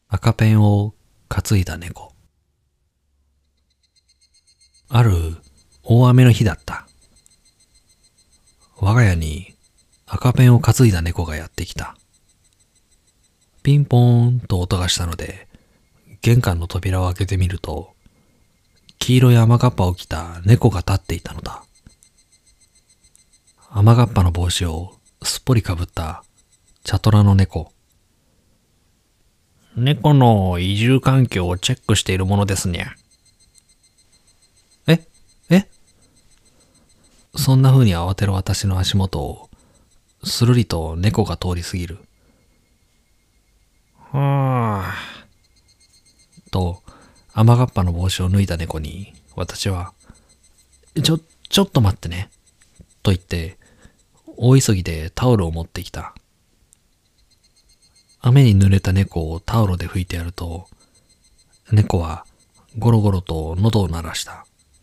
赤ペンを担いだ猫。ある大雨の日だった。我が家に赤ペンを担いだ猫がやってきた。ピンポーンと音がしたので、玄関の扉を開けてみると、黄色い雨がっぱを着た猫が立っていたのだ。雨がっぱの帽子をすっぽりかぶった茶トラの猫。猫の移住環境をチェックしているものですにゃ。えそんな風に慌てる私の足元を、するりと猫が通り過ぎる。はぁ。と、雨がっぱの帽子を脱いだ猫に、私は、ちょっと待ってね。と言って、大急ぎでタオルを持ってきた。雨に濡れた猫をタオルで拭いてやると、猫はゴロゴロと喉を鳴らした。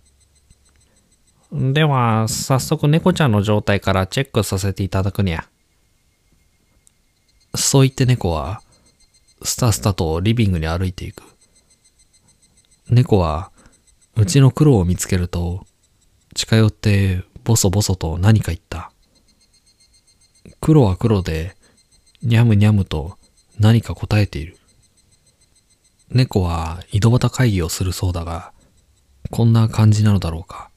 では、早速猫ちゃんの状態からチェックさせていただくにゃ。そう言って猫は、スタスタとリビングに歩いていく。猫は、うちの黒を見つけると、近寄ってボソボソと何か言った。黒は黒で、にゃむにゃむと何か答えている。猫は井戸端会議をするそうだが、こんな感じなのだろうか。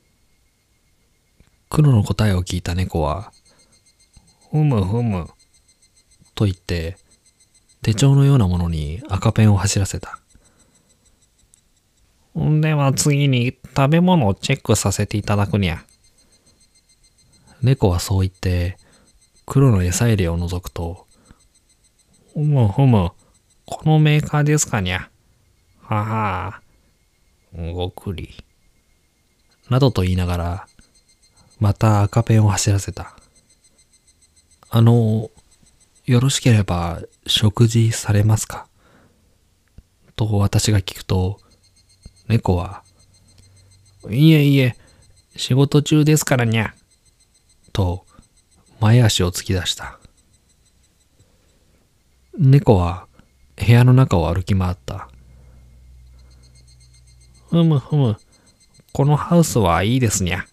黒の答えを聞いた猫は、ふむふむ、と言って、手帳のようなものに赤ペンを走らせた。では次に食べ物をチェックさせていただくにゃ。猫はそう言って、黒の餌入れを覗くと、ふむふむ、このメーカーですかにゃ。ははごくり。などと言いながら、また赤ペンを走らせた。よろしければ食事されますかと私が聞くと、猫は、いえいえ、仕事中ですからにゃ。と、前足を突き出した。猫は部屋の中を歩き回った。ふむふむ、このハウスはいいですにゃ。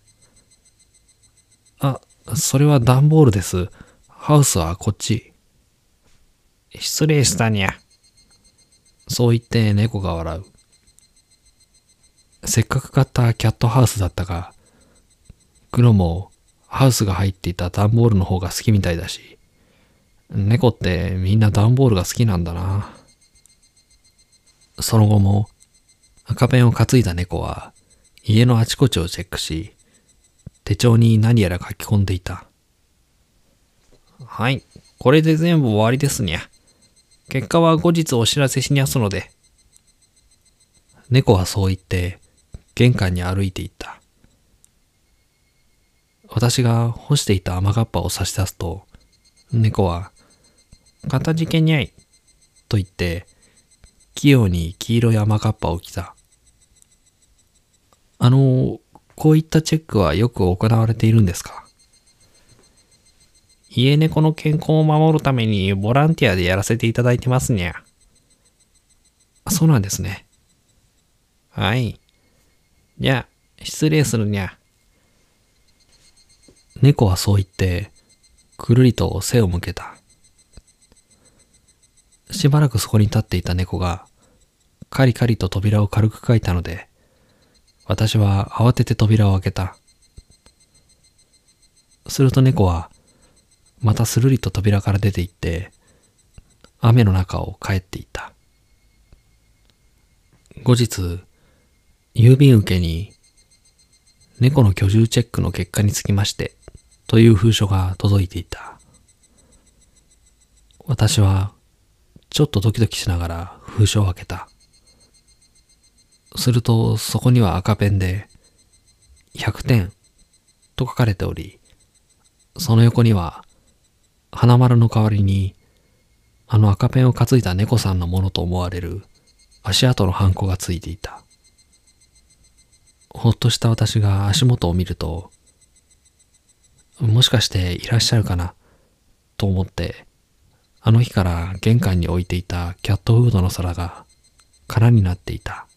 それは段ボールです。ハウスはこっち。失礼したにゃ。そう言って猫が笑う。せっかく買ったキャットハウスだったが、黒もハウスが入っていた段ボールの方が好きみたいだし、猫ってみんな段ボールが好きなんだな。その後も赤ペンを担いだ猫は家のあちこちをチェックし、手帳に何やら書き込んでいた。はい、これで全部終わりですにゃ。結果は後日お知らせしにゃすので。猫はそう言って玄関に歩いていった。私が干していた雨がっぱを差し出すと、猫は、かたじけにゃい、と言って、器用に黄色い雨がっぱを着た。こういったチェックはよく行われているんですか？家猫の健康を守るためにボランティアでやらせていただいてますにゃ。そうなんですね。はい。じゃあ、失礼するにゃ。猫はそう言って、くるりと背を向けた。しばらくそこに立っていた猫が、カリカリと扉を軽くかいたので、私は慌てて扉を開けた。すると猫は、またするりと扉から出て行って、雨の中を帰っていった。後日、郵便受けに、猫の居住チェックの結果につきまして、という封書が届いていた。私は、ちょっとドキドキしながら封書を開けた。すると、そこには赤ペンで、100点と書かれており、その横には、花丸の代わりに、あの赤ペンを担いだ猫さんのものと思われる足跡のハンコがついていた。ほっとした私が足元を見ると、もしかしていらっしゃるかなと思ってあの日から玄関に置いていたキャットフードの皿が空になっていた。